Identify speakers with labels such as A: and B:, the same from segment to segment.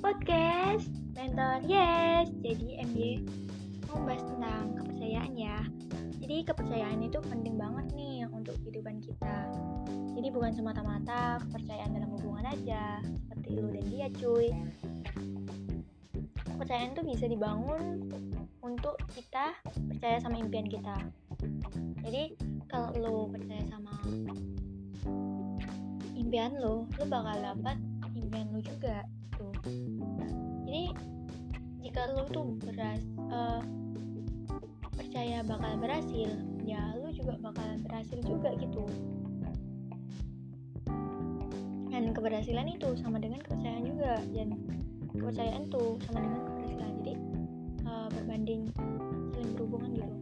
A: podcast Mentor Yes. Jadi MY mau bahas tentang kepercayaan ya. Jadi kepercayaan itu penting banget nih untuk kehidupan kita. Jadi bukan semata-mata kepercayaan dalam hubungan aja, seperti lu dan dia cuy. Kepercayaan itu bisa dibangun untuk kita percaya sama impian kita. Jadi kalau lu percaya sama impian lu bakal dapat impian lu juga tuh. Jadi jika lu tuh percaya bakal berhasil, ya lu juga bakalan berhasil juga gitu. Dan keberhasilan itu sama dengan kepercayaan juga, dan kepercayaan tuh sama dengan keberhasilan. Jadi berbanding, saling berhubungan gitu.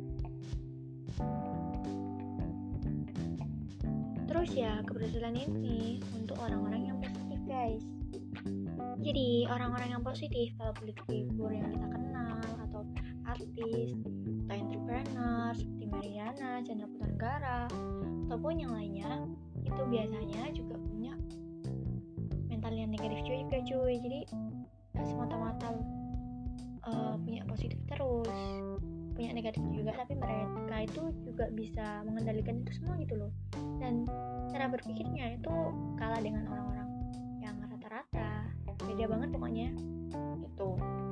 A: Terus ya, keberhasilan ini untuk orang-orang yang positif guys. Jadi orang-orang yang positif, kalau figur yang kita kenal, atau artis, atau entrepreneur seperti Mariana, Chandra Putra, ataupun yang lainnya, itu biasanya juga punya mental yang negatif juga cuy. Jadi gak semata-mata punya positif terus, punya negatif juga, tapi mereka itu juga bisa mengendalikan itu semua gitu loh. Dan cara berpikirnya itu kalah dengan orang-orang yang rata-rata, beda banget pokoknya itu.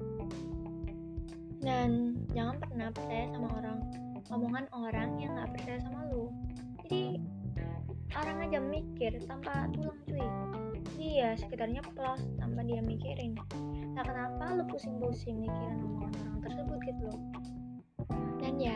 A: Dan jangan pernah percaya sama omongan orang yang gak percaya sama lu. Jadi orang aja mikir tanpa tulang cuy. Dia sekitarnya plus tanpa dia mikirin. Nah kenapa lu pusing-pusing mikirin omongan orang tersebut gitu loh. Dan ya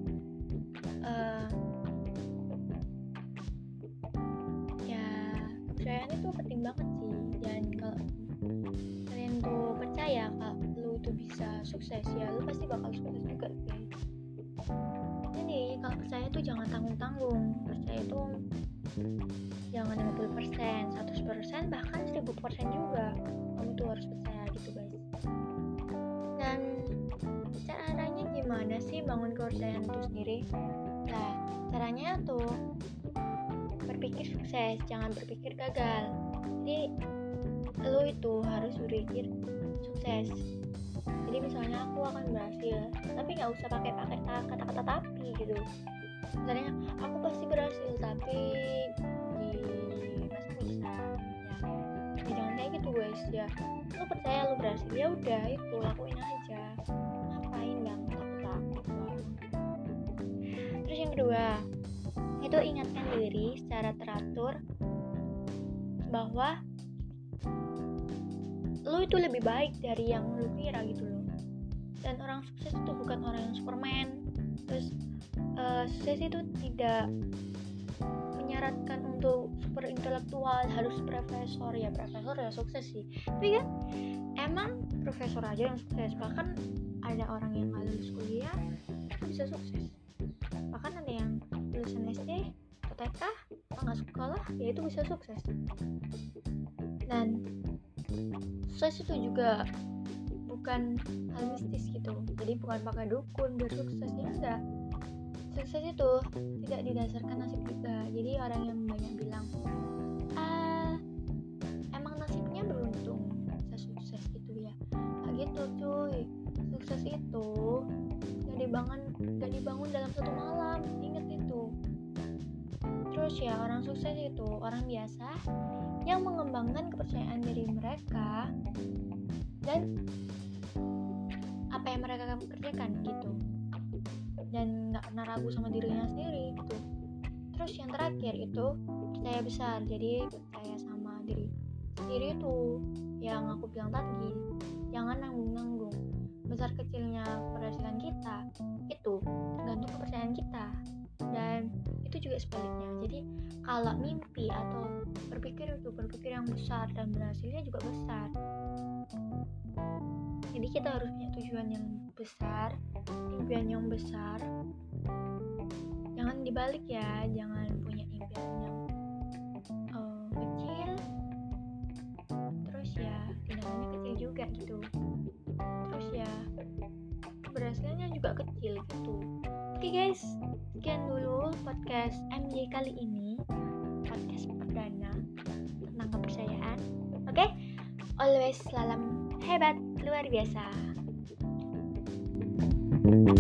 A: kepercayaan itu penting banget sih. Dan kalau kalian tuh percaya kalau lu itu bisa sukses, ya lu pasti bakal sukses juga guys. Jadi kalau percaya tuh jangan tanggung-tanggung. Percaya itu jangan 50%, 100%, bahkan 1000% juga. Kamu tuh harus percaya gitu guys. Dan caranya gimana sih bangun kepercayaan itu sendiri? Nah, caranya tuh berpikir sukses, jangan berpikir gagal. Jadi lu itu harus berpikir sukses. Jadi misalnya aku akan berhasil, tapi nggak usah pakai kata-kata tapi gitu. Misalnya aku pasti berhasil, tapi masa bisa ya jangan kayak gitu guys. Ya lu percaya lu berhasil, ya udah itu lakuin aja, ngapain bang takut bang. Terus yang kedua itu ingatkan diri secara teratur bahwa lu itu lebih baik dari yang lu kira gitu loh. Dan orang sukses itu bukan orang yang Superman. Terus sukses itu tidak menyarankan untuk super intelektual, harus profesor ya sukses sih. Tapi kan emang profesor aja yang sukses. Bahkan ada orang yang gak lulus kuliah itu bisa sukses. Bahkan ada yang lulusan SD atau TK atau gak sekolah, ya itu bisa sukses. Dan sukses itu juga bukan hal mistis gitu. Jadi bukan pakai dukun biar sukses, ya enggak. Sukses itu tidak didasarkan nasib juga. Jadi orang yang banyak bilang emang nasibnya beruntung bisa sukses gitu ya, gak gitu cuy. Sukses itu gak dibangun dalam satu malam, inget itu. Terus ya, orang sukses itu orang biasa yang mengembangkan kepercayaan diri mereka dan apa yang mereka kerjakan gitu, dan gak pernah ragu sama dirinya sendiri gitu. Terus yang terakhir itu percaya besar. Jadi percaya sama diri sendiri itu yang aku bilang tadi, jangan nanggung-nanggung. Besar kecilnya keberhasilan kita itu tergantung kepercayaan kita, dan itu juga sebaliknya. Jadi kalau mimpi atau berpikir yang besar dan berhasilnya juga besar. Jadi kita harus punya tujuan yang besar, impian yang besar. Jangan dibalik ya, jangan punya impian yang kecil, terus ya tindakannya kecil juga gitu. Terus ya keberhasilannya juga kecil gitu. Oke guys, sekian dulu podcast MJ kali ini, podcast perdana tentang kepercayaan. Oke, always salam hebat luar biasa.